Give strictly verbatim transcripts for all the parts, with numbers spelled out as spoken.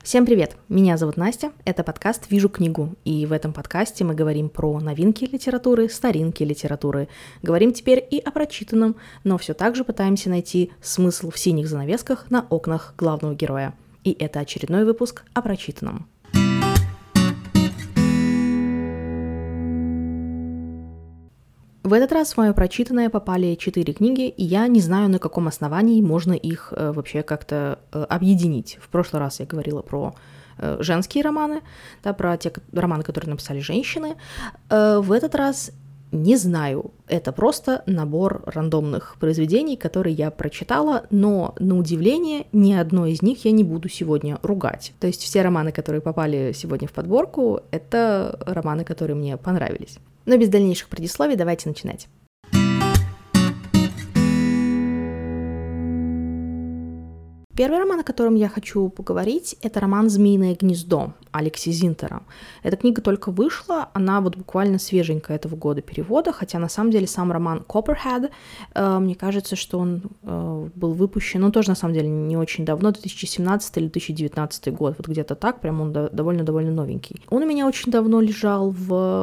Всем привет! Меня зовут Настя, это подкаст «Вижу книгу», и в этом подкасте мы говорим про новинки литературы, старинки литературы. Говорим теперь и о прочитанном, но все так же пытаемся найти смысл в синих занавесках на окнах главного героя. И это очередной выпуск о прочитанном. В этот раз в мое прочитанное попали четыре книги, и я не знаю, на каком основании можно их э, вообще как-то э, объединить. В прошлый раз я говорила про э, женские романы, да, про те романы, которые написали женщины. Э, в этот раз не знаю, это просто набор рандомных произведений, которые я прочитала, но, на удивление, ни одно из них я не буду сегодня ругать. То есть все романы, которые попали сегодня в подборку, это романы, которые мне понравились. Но без дальнейших предисловий давайте начинать. Первый роман, о котором я хочу поговорить, это роман «Змеиное гнездо» Алекси Зинтера. Эта книга только вышла, она вот буквально свеженькая этого года перевода, хотя на самом деле сам роман Copperhead, э, мне кажется, что он э, был выпущен, ну тоже на самом деле не очень давно, две тысячи семнадцатый или две тысячи девятнадцатый год, вот где-то так, прям он довольно-довольно новенький. Он у меня очень давно лежал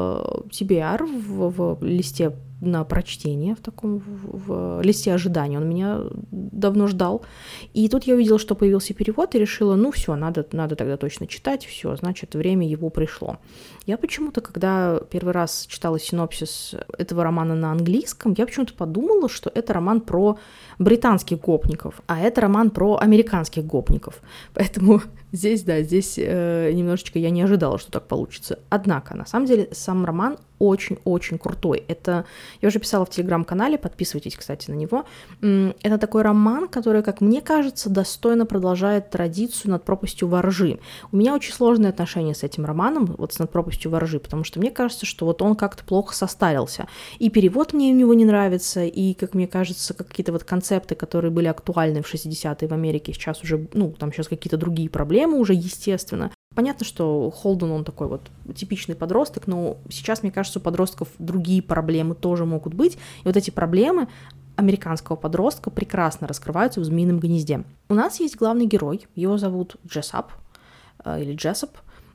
в ти би ар, в, в листе на прочтение, в таком в, в листе ожидания. Он меня давно ждал. И тут я увидела, что появился перевод, и решила, ну все, надо, надо тогда точно читать, все, значит, время его пришло. Я почему-то, когда первый раз читала синопсис этого романа на английском, я почему-то подумала, что это роман про британских гопников, а это роман про американских гопников. Поэтому здесь, да, здесь э, немножечко я не ожидала, что так получится. Однако, на самом деле, сам роман очень-очень крутой. Это, я уже писала в телеграм-канале, подписывайтесь, кстати, на него. Это такой роман, который, как мне кажется, достойно продолжает традицию «Над пропастью воржи». У меня очень сложные отношения с этим романом, вот с «Над пропастью воржи», потому что мне кажется, что вот он как-то плохо состарился. И перевод мне у него не нравится, и, как мне кажется, какие-то вот концепты, которые были актуальны в шестидесятые в Америке, сейчас уже, ну, там сейчас какие-то другие проблемы уже, естественно. Понятно, что Холден, он такой вот типичный подросток, но сейчас, мне кажется, у подростков другие проблемы тоже могут быть. И вот эти проблемы американского подростка прекрасно раскрываются в «Змеином гнезде». У нас есть главный герой, его зовут Джессап, или Джессап,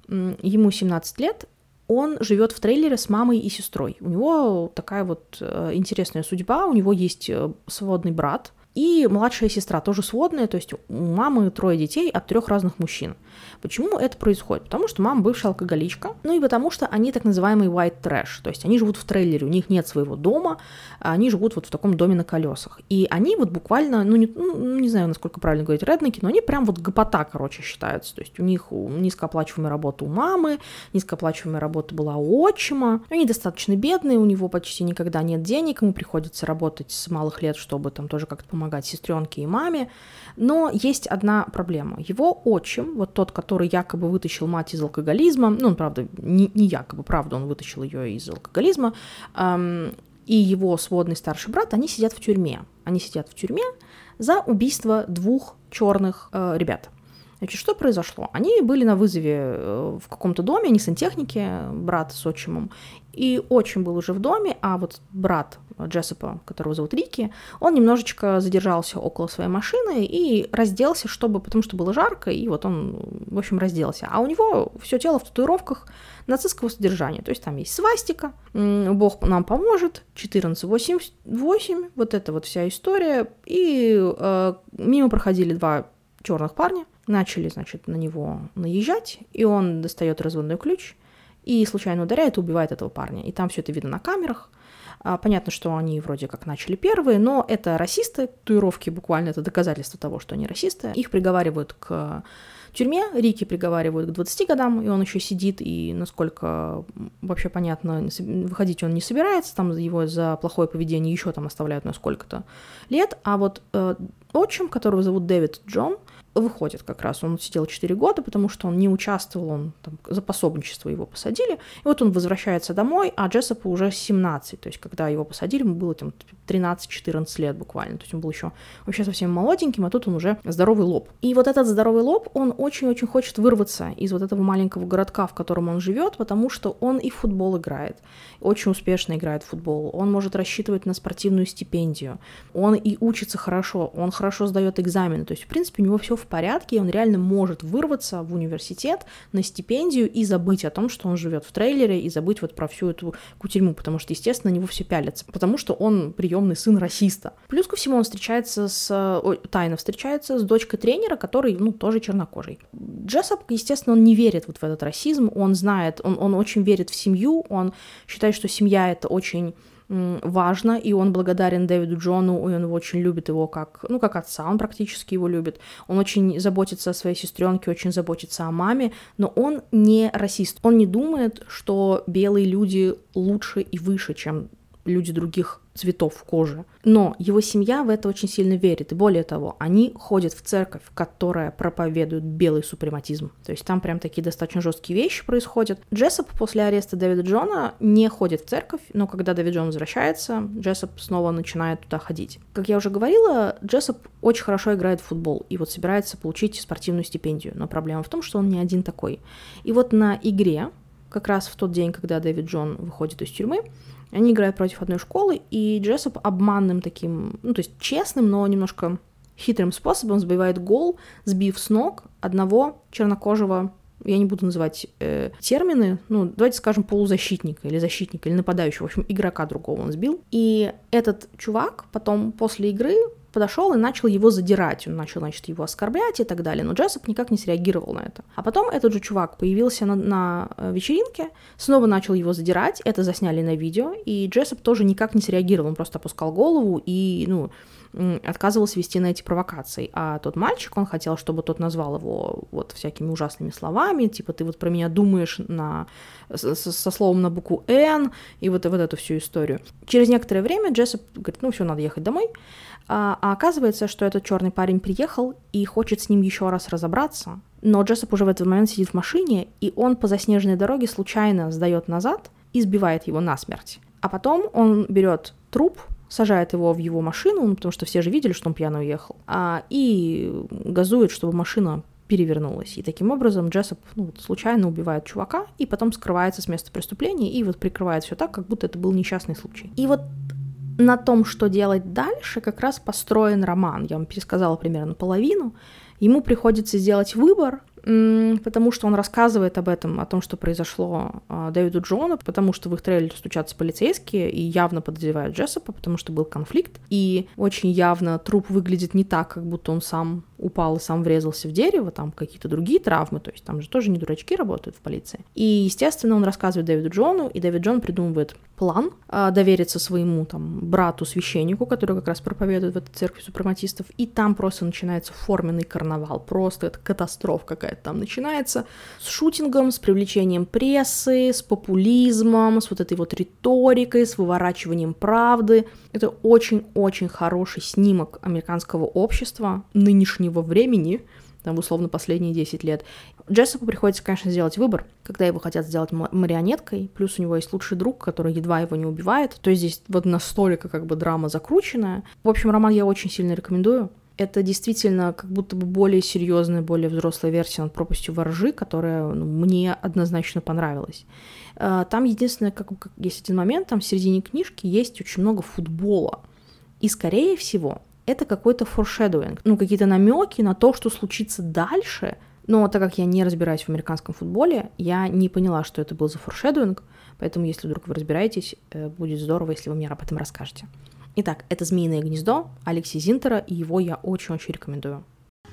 ему семнадцать лет, он живет в трейлере с мамой и сестрой. У него такая вот интересная судьба, у него есть сводный брат, и младшая сестра тоже сводная, то есть у мамы трое детей от трех разных мужчин. Почему это происходит? Потому что мама бывшая алкоголичка, ну и потому что они так называемый white trash, то есть они живут в трейлере, у них нет своего дома, они живут вот в таком доме на колесах. И они вот буквально, ну не, ну, не знаю, насколько правильно говорить, реднеки, но они прям вот гопота, короче, считаются. То есть у них низкооплачиваемая работа у мамы, низкооплачиваемая работа была у отчима, они достаточно бедные, у него почти никогда нет денег, ему приходится работать с малых лет, чтобы там тоже как-то помогать помогать сестренке и маме, но есть одна проблема. Его отчим, вот тот, который якобы вытащил мать из алкоголизма, ну, он, правда, не, не якобы, правда, он вытащил ее из алкоголизма, эм, и его сводный старший брат, они сидят в тюрьме. Они сидят в тюрьме за убийство двух черных э, ребят. Значит, что произошло? Они были на вызове в каком-то доме, они сантехники, брат с отчимом, и отчим был уже в доме, а вот брат Джессопа, которого зовут Рики, он немножечко задержался около своей машины и разделся, чтобы, потому что было жарко, и вот он, в общем, разделся. А у него все тело в татуировках нацистского содержания, то есть там есть свастика, Бог нам поможет, четырнадцать восемьдесят восемь, вот это вот вся история, и э, мимо проходили два черных парня, начали, значит, на него наезжать, и он достает разводной ключ и случайно ударяет и убивает этого парня. И там все это видно на камерах. Понятно, что они вроде как начали первые, но это расисты, татуировки буквально это доказательство того, что они расисты. Их приговаривают к тюрьме, Рики приговаривают к двадцати годам, и он еще сидит, и, насколько вообще понятно, выходить он не собирается, там его за плохое поведение еще там оставляют на сколько-то лет, а вот э, отчим, которого зовут Дэвид Джон, выходит как раз, он сидел четыре года, потому что он не участвовал, он там, за пособничество его посадили, и вот он возвращается домой, а Джессопу уже семнадцать, то есть когда его посадили, ему было там тринадцать-четырнадцать лет буквально, то есть он был еще вообще совсем молоденьким, а тут он уже здоровый лоб. И вот этот здоровый лоб, он очень-очень хочет вырваться из вот этого маленького городка, в котором он живет, потому что он и в футбол играет, очень успешно играет в футбол, он может рассчитывать на спортивную стипендию, он и учится хорошо, он хорошо сдает экзамены, то есть в принципе у него все в в порядке, и он реально может вырваться в университет на стипендию и забыть о том, что он живет в трейлере, и забыть вот про всю эту кутерьму, потому что, естественно, на него все пялятся, потому что он приемный сын расиста. Плюс ко всему он встречается с... Ой, тайно встречается с дочкой тренера, который, ну, тоже чернокожий. Джессоп, естественно, он не верит вот в этот расизм, он знает, он, он очень верит в семью, он считает, что семья — это очень важно, и он благодарен Дэвиду Джону, и он очень любит его как, ну, как отца, он практически его любит. Он очень заботится о своей сестренке, очень заботится о маме, но он не расист. Он не думает, что белые люди лучше и выше, чем люди других цветов кожи. Но его семья в это очень сильно верит. И более того, они ходят в церковь, которая проповедует белый супрематизм. То есть там прям такие достаточно жесткие вещи происходят. Джессоп после ареста Дэвида Джона не ходит в церковь, но когда Дэвид Джон возвращается, Джессоп снова начинает туда ходить. Как я уже говорила, Джессоп очень хорошо играет в футбол и вот собирается получить спортивную стипендию. Но проблема в том, что он не один такой. И вот на игре, как раз в тот день, когда Дэвид Джон выходит из тюрьмы, они играют против одной школы, и Джессоп обманным таким, ну, то есть честным, но немножко хитрым способом сбивает гол, сбив с ног одного чернокожего, я не буду называть э, термины, ну, давайте скажем, полузащитника или защитника, или нападающего, в общем, игрока другого он сбил. И этот чувак потом после игры подошел и начал его задирать, он начал, значит, его оскорблять и так далее, но Джессоп никак не среагировал на это. А потом этот же чувак появился на, на вечеринке, снова начал его задирать, это засняли на видео, и Джессоп тоже никак не среагировал, он просто опускал голову и, ну, отказывался вести на эти провокации. А тот мальчик, он хотел, чтобы тот назвал его вот всякими ужасными словами, типа ты вот про меня думаешь на... со, со словом на букву «Н», и вот, вот эту всю историю. Через некоторое время Джессоп говорит, ну все, надо ехать домой. А, а оказывается, что этот черный парень приехал и хочет с ним еще раз разобраться. Но Джессоп уже в этот момент сидит в машине, и он по заснеженной дороге случайно сдает назад и сбивает его насмерть. А потом он берет труп, сажает его в его машину, ну, потому что все же видели, что он пьяно уехал, а, и газует, чтобы машина перевернулась. И таким образом Джессоп, ну, вот, случайно убивает чувака и потом скрывается с места преступления и вот прикрывает все так, как будто это был несчастный случай. И вот на том, что делать дальше, как раз построен роман. Я вам пересказала примерно половину. Ему приходится сделать выбор, потому что он рассказывает об этом, о том, что произошло Дэвиду Джону, потому что в их трейлере стучатся полицейские и явно подозревают Джессопа, потому что был конфликт, и очень явно труп выглядит не так, как будто он сам упал и сам врезался в дерево, там какие-то другие травмы, то есть там же тоже не дурачки работают в полиции. И, естественно, он рассказывает Дэвиду Джону, и Дэвид Джон придумывает план а, довериться своему там брату-священнику, который как раз проповедует в этой церкви супрематистов, и там просто начинается форменный карнавал, просто это катастрофа какая-то там начинается, с шутингом, с привлечением прессы, с популизмом, с вот этой вот риторикой, с выворачиванием правды. Это очень-очень хороший снимок американского общества нынешнего времени, там, условно, последние десять лет. Джессопу приходится, конечно, сделать выбор, когда его хотят сделать марионеткой, плюс у него есть лучший друг, который едва его не убивает, то есть здесь вот настолько как бы драма закрученная. В общем, роман я очень сильно рекомендую. Это действительно как будто бы более серьезная, более взрослая версия над пропастью воржи, которая, ну, мне однозначно понравилась. Там единственное, как, как есть один момент, там в середине книжки есть очень много футбола. И, скорее всего, это какой-то foreshadowing, ну, какие-то намеки на то, что случится дальше. Но так как я не разбираюсь в американском футболе, я не поняла, что это был за foreshadowing, поэтому, если вдруг вы разбираетесь, будет здорово, если вы мне об этом расскажете. Итак, это «Змеиное гнездо» Алекси Зинтера, и его я очень-очень рекомендую.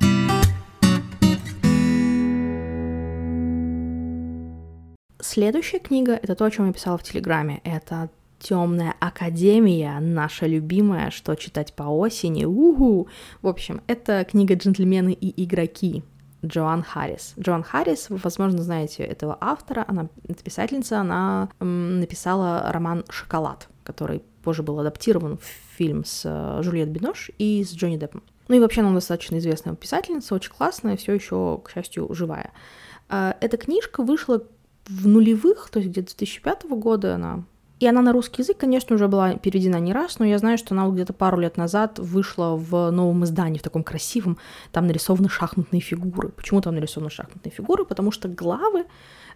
Следующая книга — это то, о чем я писала в Телеграме. Это «Темная академия», наша любимая, что читать по осени. У-ху! В общем, это книга «Джентльмены и игроки» Джоан Харрис. Джоан Харрис, вы, возможно, знаете этого автора, она писательница, она м, написала роман «Шоколад», который позже был адаптирован в фильм с Жюльет Бинош и с Джонни Деппом. Ну и вообще она достаточно известная писательница, очень классная, все еще, к счастью, живая. Эта книжка вышла в нулевых, то есть где-то с две тысячи пятого года она. И она на русский язык, конечно, уже была переведена не раз, но я знаю, что она где-то пару лет назад вышла в новом издании, в таком красивом, там нарисованы шахматные фигуры. Почему там нарисованы шахматные фигуры? Потому что главы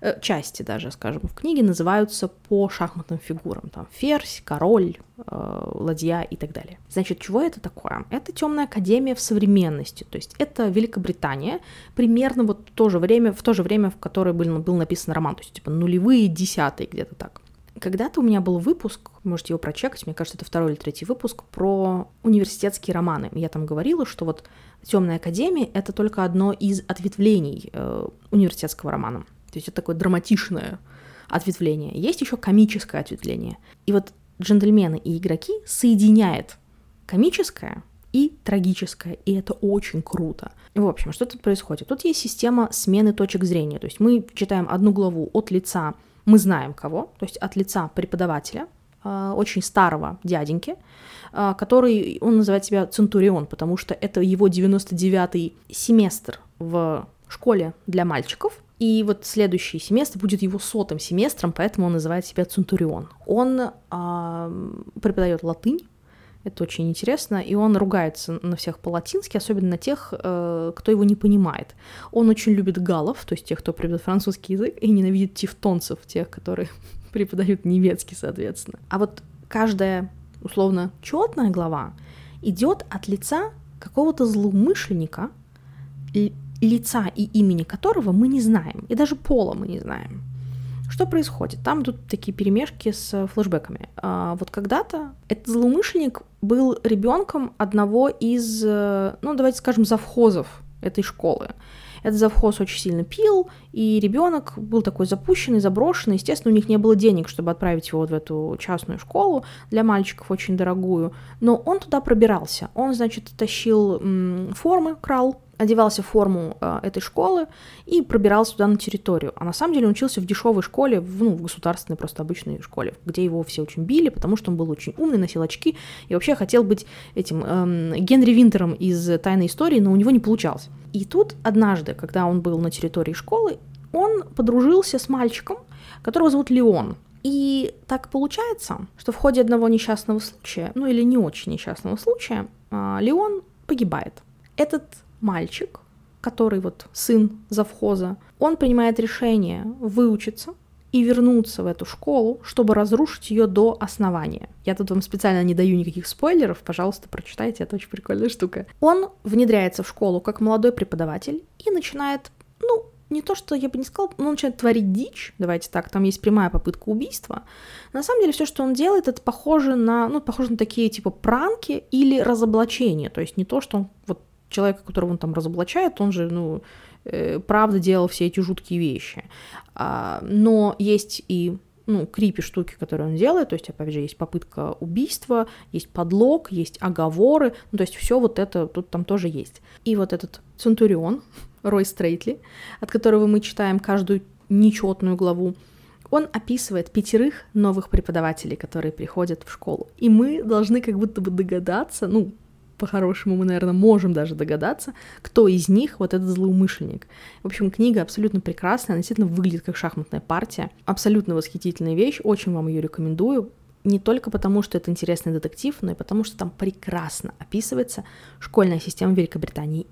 э, части даже, скажем, в книге называются по шахматным фигурам. Там ферзь, король, э, ладья и так далее. Значит, чего это такое? Это темная академия в современности. То есть это Великобритания, примерно вот в то же время, в то же время, в которое был, был написан роман. То есть типа нулевые, десятые, где-то так. Когда-то у меня был выпуск, можете его прочекать, мне кажется, это второй или третий выпуск, про университетские романы. Я там говорила, что вот «Темная академия» — это только одно из ответвлений э, университетского романа. То есть это такое драматичное ответвление. Есть еще комическое ответвление. И вот «Джентльмены и игроки» соединяет комическое и трагическое, и это очень круто. В общем, что тут происходит? Тут есть система смены точек зрения. То есть мы читаем одну главу от лица мы знаем кого, то есть от лица преподавателя, очень старого дяденьки, который, он называет себя Центурион, потому что это его девяносто девятый семестр в школе для мальчиков, и вот следующий семестр будет его сотым семестром, поэтому он называет себя Центурион. Он э, преподает латынь, это очень интересно, и он ругается на всех по-латински, особенно на тех, э, кто его не понимает. Он очень любит галлов, то есть тех, кто преподает французский язык, и ненавидит тевтонцев, тех, которые преподают немецкий, соответственно. А вот каждая, условно, четная глава идет от лица какого-то злоумышленника, лица и имени которого мы не знаем, и даже пола мы не знаем. Что происходит? Там идут такие перемешки с флешбэками. А вот когда-то этот злоумышленник был ребенком одного из, ну, давайте скажем, завхозов этой школы. Этот завхоз очень сильно пил, и ребенок был такой запущенный, заброшенный. Естественно, у них не было денег, чтобы отправить его в эту частную школу для мальчиков, очень дорогую. Но он туда пробирался. Он, значит, тащил м, формы, крал, одевался в форму э, этой школы и пробирался туда на территорию. А на самом деле он учился в дешевой школе, в, ну, в государственной, просто обычной школе, где его все очень били, потому что он был очень умный, носил очки и вообще хотел быть этим эм, Генри Винтером из «Тайной истории», но у него не получалось. И тут однажды, когда он был на территории школы, он подружился с мальчиком, которого зовут Леон. И так получается, что в ходе одного несчастного случая, ну или не очень несчастного случая, э, Леон погибает. Этот мальчик, который вот сын завхоза, он принимает решение выучиться и вернуться в эту школу, чтобы разрушить ее до основания. Я тут вам специально не даю никаких спойлеров, пожалуйста, прочитайте, это очень прикольная штука. Он внедряется в школу как молодой преподаватель и начинает, ну, не то, что я бы не сказала, но он начинает творить дичь, давайте так, там есть прямая попытка убийства. На самом деле все, что он делает, это похоже на, ну, похоже на такие типа пранки или разоблачения, то есть не то, что он вот человека, которого он там разоблачает, он же, ну, э, правда делал все эти жуткие вещи. А, но есть и, ну, крипи штуки, которые он делает, то есть, опять же, есть попытка убийства, есть подлог, есть оговоры, ну, то есть все вот это тут там тоже есть. И вот этот Центурион, Рой Стрейтли, от которого мы читаем каждую нечетную главу, он описывает пятерых новых преподавателей, которые приходят в школу. И мы должны как будто бы догадаться, ну, по-хорошему мы, наверное, можем даже догадаться, кто из них вот этот злоумышленник. В общем, книга абсолютно прекрасная, она действительно выглядит как шахматная партия. Абсолютно восхитительная вещь, очень вам ее рекомендую. Не только потому, что это интересный детектив, но и потому, что там прекрасно описывается школьная система Великобритании.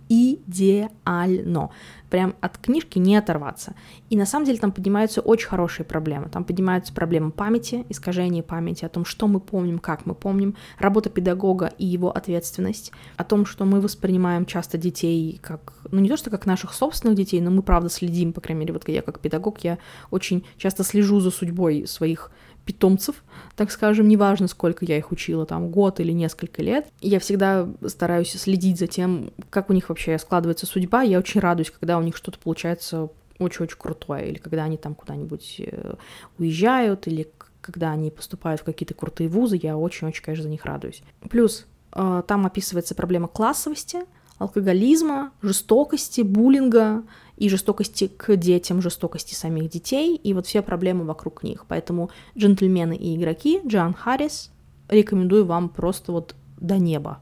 Идеально. Прям от книжки не оторваться. И на самом деле там поднимаются очень хорошие проблемы. Там поднимаются проблемы памяти, искажения памяти, о том, что мы помним, как мы помним, работа педагога и его ответственность, о том, что мы воспринимаем часто детей как, ну не то, что как наших собственных детей, но мы правда следим, по крайней мере, вот я как педагог, я очень часто слежу за судьбой своих питомцев, так скажем, неважно, сколько я их учила, там, год или несколько лет. Я всегда стараюсь следить за тем, как у них вообще складывается судьба. Я очень радуюсь, когда у них что-то получается очень-очень крутое, или когда они там куда-нибудь уезжают, или когда они поступают в какие-то крутые вузы, я очень-очень, конечно, за них радуюсь. Плюс там описывается проблема классовости, алкоголизма, жестокости, буллинга и жестокости к детям, жестокости самих детей, и вот все проблемы вокруг них. Поэтому «Джентльмены и игроки», Джоан Харрис, рекомендую вам просто вот до неба.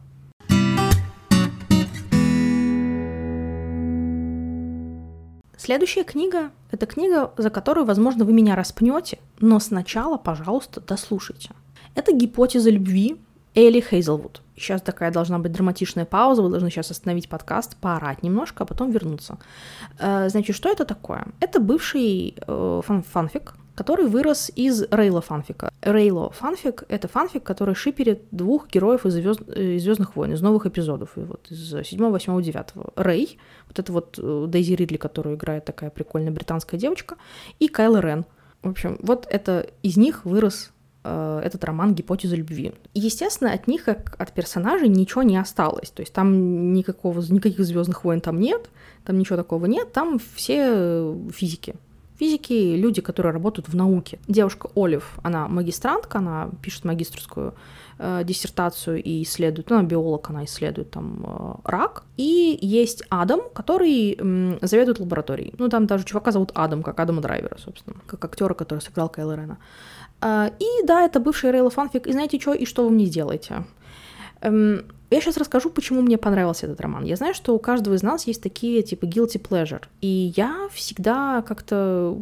Следующая книга — это книга, за которую, возможно, вы меня распнете, но сначала, пожалуйста, дослушайте. Это «Гипотеза любви» Элли Хейзелвуд. Сейчас такая должна быть драматичная пауза, вы должны сейчас остановить подкаст, поорать немножко, а потом вернуться. Значит, что это такое? Это бывший фан- фанфик, который вырос из Рейло фанфика. Рейло фанфик — это фанфик, который шиперит двух героев из, звезд... из «Звездных войн», из новых эпизодов, и вот из седьмого, восьмого, девятого. Рэй, вот это вот Дейзи Ридли, которую играет такая прикольная британская девочка, и Кайло Рен. В общем, вот это из них вырос э, этот роман «Гипотеза любви». Естественно, от них, как от персонажей, ничего не осталось. То есть там никакого, никаких «Звездных войн» там нет, там ничего такого нет, там все физики. Физики — люди, которые работают в науке. Девушка Олив, она магистрантка, она пишет магистерскую э, диссертацию и исследует, ну, она биолог, она исследует там э, рак. И есть Адам, который э, заведует лабораторией. Ну, там даже чувака зовут Адам, как Адама Драйвера, собственно, как актера, который сыграл Кайло Рена. Э, и да, это бывший Рейло фанфик. И знаете что, и что вы мне делаете? Эм, Я сейчас расскажу, почему мне понравился этот роман. Я знаю, что у каждого из нас есть такие, типа, guilty pleasure. И я всегда как-то...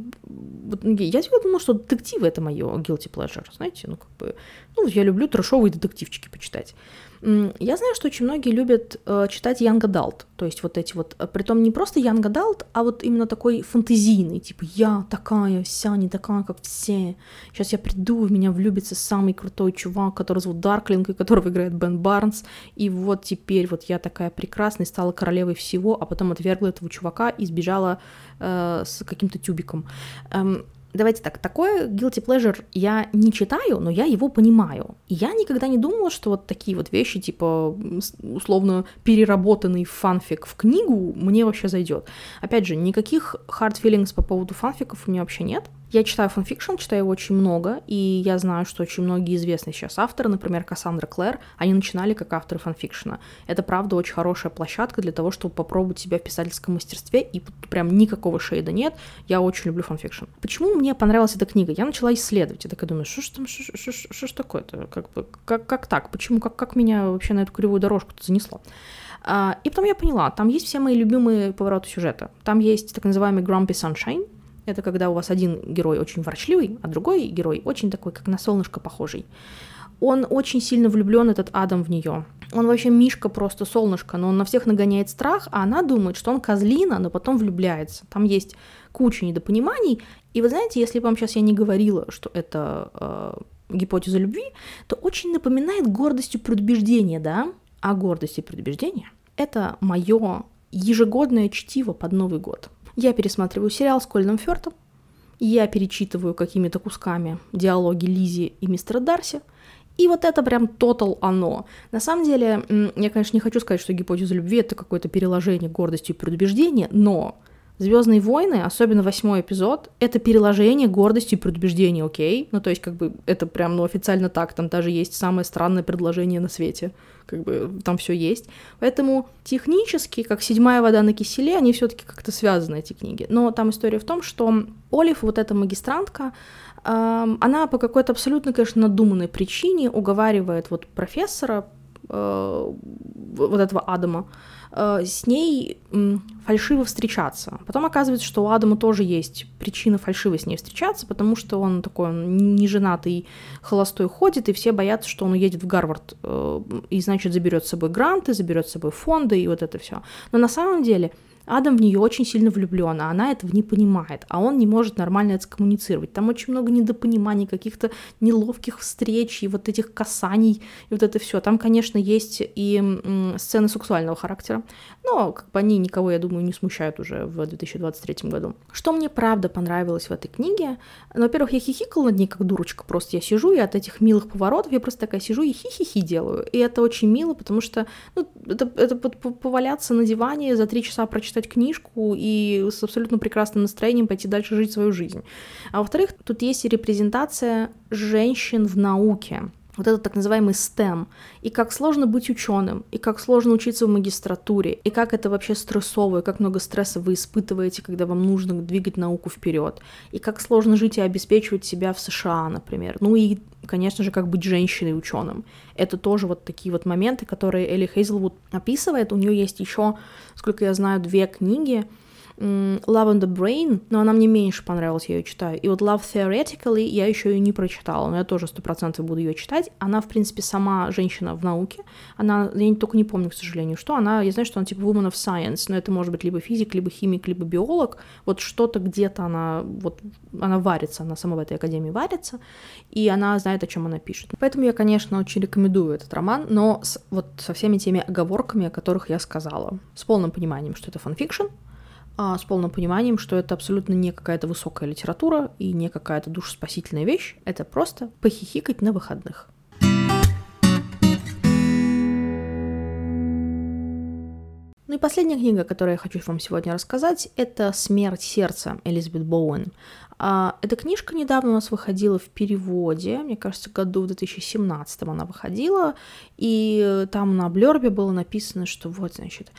Я всегда думала, что детективы — это моё guilty pleasure, знаете, ну, как бы... Ну, я люблю трэшовые детективчики почитать. Я знаю, что очень многие любят э, читать young adult, то есть вот эти вот, притом не просто young adult, а вот именно такой фэнтезийный, типа я такая, вся не такая, как все, сейчас я приду, в меня влюбится самый крутой чувак, который зовут Дарклинг, и которого играет Бен Барнс, и вот теперь вот я такая прекрасная, стала королевой всего, а потом отвергла этого чувака и сбежала э, с каким-то тюбиком. Эм, Давайте так, такое guilty pleasure я не читаю, но я его понимаю. И я никогда не думала, что вот такие вот вещи, типа, условно, переработанный фанфик в книгу мне вообще зайдет. Опять же, никаких hard feelings по поводу фанфиков у меня вообще нет. Я читаю фанфикшн, читаю его очень много, и я знаю, что очень многие известные сейчас авторы, например, Кассандра Клэр, они начинали как авторы фанфикшена. Это, правда, очень хорошая площадка для того, чтобы попробовать себя в писательском мастерстве, и прям никакого шейда нет. Я очень люблю фанфикшн. Почему мне понравилась эта книга? Я начала исследовать. Я такая думаю, что ж там, что ж такое-то? Как, бы, как, как так? Почему? Как, как меня вообще на эту кривую дорожку-то занесло? А, и потом я поняла, там есть все мои любимые повороты сюжета. Там есть так называемый Grumpy Sunshine. Это когда у вас один герой очень ворчливый, а другой герой очень такой, как на солнышко похожий. Он очень сильно влюблен, этот Адам, в нее. Он вообще мишка, просто солнышко, но он на всех нагоняет страх, а она думает, что он козлина, но потом влюбляется. Там есть куча недопониманий. И вы знаете, если бы вам сейчас я не говорила, что это э, гипотеза любви, то очень напоминает гордость и предубеждение, да? А гордость и предубеждение — это мое ежегодное чтиво под Новый год. Я пересматриваю сериал с Колином Фёртом, я перечитываю какими-то кусками диалоги Лизи и мистера Дарси, и вот это прям тотал оно. На самом деле, я, конечно, не хочу сказать, что гипотеза любви — это какое-то переложение гордости и предубеждения, но «Звездные войны», особенно восьмой эпизод, это переложение гордости и предубеждения, окей? Ну, то есть, как бы, это прям, ну, официально так, там даже есть самое странное предложение на свете, как бы, там все есть. Поэтому технически, как «Седьмая вода на киселе», они все-таки как-то связаны, эти книги. Но там история в том, что Олив, вот эта магистрантка, эм, она по какой-то абсолютно, конечно, надуманной причине уговаривает вот профессора, э, вот этого Адама, с ней фальшиво встречаться. Потом оказывается, что у Адама тоже есть причина фальшиво с ней встречаться, потому что он такой, он неженатый, холостой ходит, и все боятся, что он уедет в Гарвард и, значит, заберет с собой гранты, заберет с собой фонды и вот это все. Но на самом деле Адам в нее очень сильно влюблен, а она этого не понимает, а он не может нормально это скоммуницировать. Там очень много недопониманий, каких-то неловких встреч и вот этих касаний, и вот это все. Там, конечно, есть и м, сцены сексуального характера, но как бы они никого, я думаю, не смущают уже в две тысячи двадцать третьем году. Что мне правда понравилось в этой книге? Ну, во-первых, я хихикала над ней как дурочка, просто я сижу, и от этих милых поворотов я просто такая сижу и хи-хи-хи делаю. И это очень мило, потому что ну, это, это поваляться на диване, за три часа прочитать книжку и с абсолютно прекрасным настроением пойти дальше жить свою жизнь. А во-вторых, тут есть и репрезентация женщин в науке. Вот это так называемый стэм, и как сложно быть ученым, и как сложно учиться в магистратуре, и как это вообще стрессово, и как много стресса вы испытываете, когда вам нужно двигать науку вперед, и как сложно жить и обеспечивать себя в США, например. Ну и, конечно же, как быть женщиной-ученым. Это тоже вот такие вот моменты, которые Элли Хейзелвуд описывает. У нее есть еще, сколько я знаю, две книги, Love on the Brain, но она мне меньше понравилась, я ее читаю. И вот Love Theoretically я еще ее не прочитала, но я тоже сто процентов буду ее читать. Она, в принципе, сама женщина в науке. Она, я только не помню, к сожалению, что она. Я знаю, что она типа woman of science, но это может быть либо физик, либо химик, либо биолог. Вот что-то где-то она, вот, она варится, она сама в этой академии варится, и она знает, о чем она пишет. Поэтому я, конечно, очень рекомендую этот роман, но с, вот со всеми теми оговорками, о которых я сказала. С полным пониманием, что это фанфикшн, а с полным пониманием, что это абсолютно не какая-то высокая литература и не какая-то душеспасительная вещь. Это просто похихикать на выходных. Ну и последняя книга, которую я хочу вам сегодня рассказать, это «Смерть сердца» Элизабет Боуэн. Эта книжка недавно у нас выходила в переводе, мне кажется, году в две тысячи семнадцатом она выходила, и там на блёрбе было написано, что вот, значит,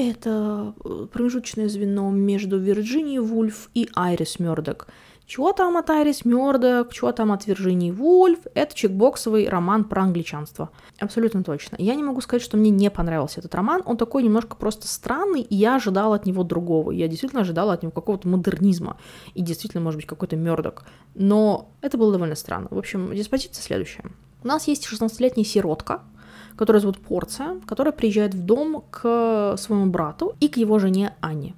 это промежуточное звено между Вирджинией Вульф и Айрис Мёрдок. Чего там от Айрис Мёрдок, чего там от Вирджинии Вульф, это чекбоксовый роман про англичанство. Абсолютно точно. Я не могу сказать, что мне не понравился этот роман, он такой немножко просто странный, и я ожидала от него другого. Я действительно ожидала от него какого-то модернизма, и действительно, может быть, какой-то Мёрдок. Но это было довольно странно. В общем, диспозиция следующая. У нас есть шестнадцатилетняя сиротка, которая зовут Порция, которая приезжает в дом к своему брату и к его жене Анне.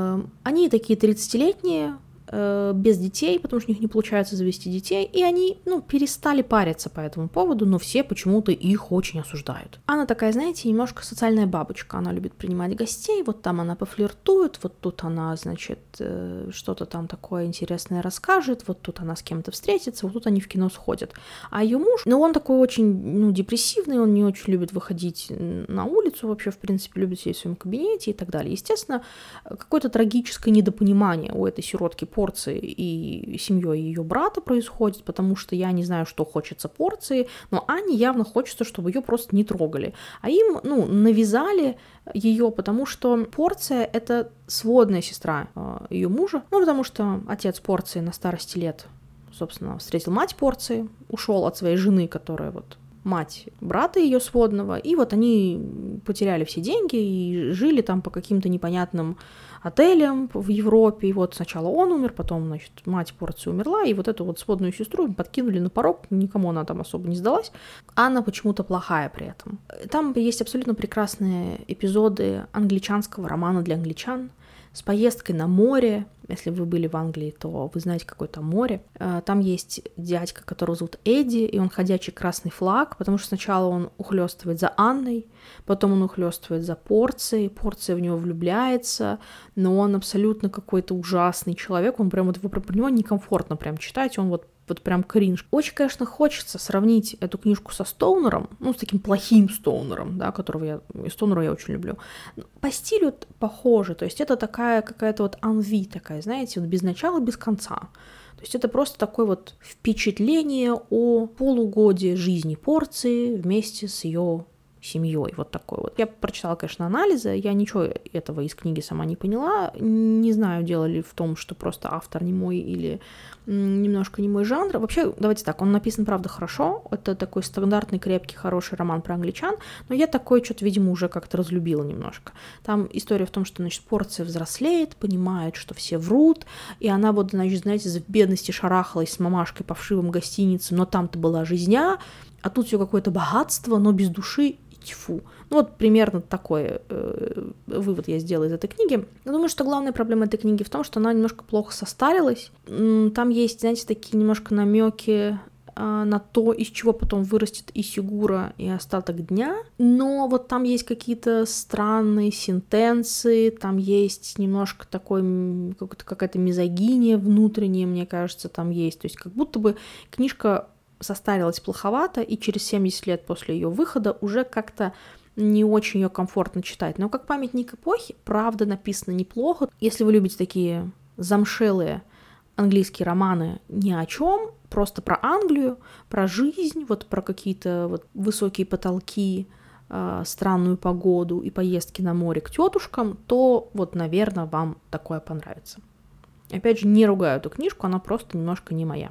Они такие тридцатилетние, без детей, потому что у них не получается завести детей, и они, ну, перестали париться по этому поводу, но все почему-то их очень осуждают. Она такая, знаете, немножко социальная бабочка, она любит принимать гостей, вот там она пофлиртует, вот тут она, значит, что-то там такое интересное расскажет, вот тут она с кем-то встретится, вот тут они в кино сходят. А ее муж, ну, он такой очень, ну, депрессивный, он не очень любит выходить на улицу, вообще, в принципе, любит сидеть в своем кабинете и так далее. Естественно, какое-то трагическое недопонимание у этой сиротки Порции и семьей ее брата происходит, потому что я не знаю, что хочется Порции, но Анне явно хочется, чтобы ее просто не трогали. А им, ну, навязали ее, потому что Порция — это сводная сестра э, ее мужа, ну, потому что отец Порции на старости лет, собственно, встретил мать Порции, ушел от своей жены, которая вот мать брата ее сводного, и вот они потеряли все деньги и жили там по каким-то непонятным отелям в Европе, и вот сначала он умер, потом, значит, мать Порции умерла, и вот эту вот сводную сестру подкинули на порог, никому она там особо не сдалась. Анна почему-то плохая при этом. Там есть абсолютно прекрасные эпизоды англичанского романа для англичан, с поездкой на море. Если вы были в Англии, то вы знаете, какое там море. Там есть дядька, которого зовут Эдди, и он ходячий красный флаг, потому что сначала он ухлёстывает за Анной, потом он ухлёстывает за Порцией, Порция в него влюбляется, но он абсолютно какой-то ужасный человек, он прям вот его, про него некомфортно прям читать, он вот вот прям кринж. Очень, конечно, хочется сравнить эту книжку со Стоунером, ну, с таким плохим Стоунером, да, которого я, и Стоунера я очень люблю. По стилю похоже, то есть это такая какая-то вот анви такая, знаете, вот без начала, без конца. То есть это просто такое вот впечатление о полугоде жизни Порции вместе с ее семьей, вот такой вот. Я прочитала, конечно, анализы, я ничего этого из книги сама не поняла, не знаю, дело ли в том, что просто автор не мой или немножко не мой жанр. Вообще, давайте так, он написан, правда, хорошо, это такой стандартный, крепкий, хороший роман про англичан, но я такой что-то, видимо, уже как-то разлюбила немножко. Там история в том, что, значит, Порция взрослеет, понимает, что все врут, и она вот, значит, знаете, в бедности шарахалась с мамашкой по вшивым гостиницам, но там-то была жизня, а тут все какое-то богатство, но без души. Тьфу. Ну вот примерно такой э, вывод я сделала из этой книги. Я думаю, что главная проблема этой книги в том, что она немножко плохо состарилась. Там есть, знаете, такие немножко намеки э, на то, из чего потом вырастет и Сигура, и остаток дня. Но вот там есть какие-то странные сентенции, там есть немножко такой, какая-то мизогиния внутренняя, мне кажется, там есть. То есть как будто бы книжка состарилась плоховато, и через семьдесят лет после ее выхода уже как-то не очень ее комфортно читать. Но как памятник эпохи, правда, написано неплохо. Если вы любите такие замшелые английские романы ни о чем, просто про Англию, про жизнь, вот про какие-то вот высокие потолки, э, странную погоду и поездки на море к тетушкам, то вот, наверное, вам такое понравится. Опять же, не ругаю эту книжку, она просто немножко не моя.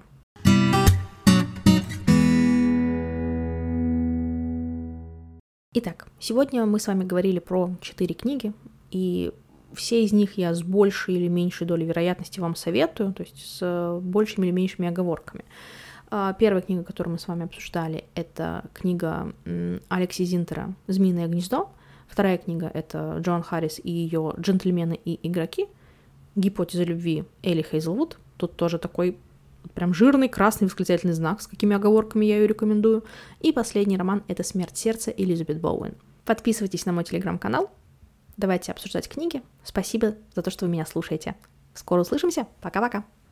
Итак, сегодня мы с вами говорили про четыре книги, и все из них я с большей или меньшей долей вероятности вам советую, то есть с большими или меньшими оговорками. Первая книга, которую мы с вами обсуждали, это книга Алекси Зинтера «Змеиное гнездо». Вторая книга — это Джоан Харрис и ее «Джентльмены и игроки». «Гипотеза любви» Элли Хейзелвуд. Тут тоже такой прям жирный красный восклицательный знак, с какими оговорками я ее рекомендую. И последний роман — это «Смерть сердца» Элизабет Боуэн. Подписывайтесь на мой телеграм-канал. Давайте обсуждать книги. Спасибо за то, что вы меня слушаете. Скоро услышимся. Пока-пока.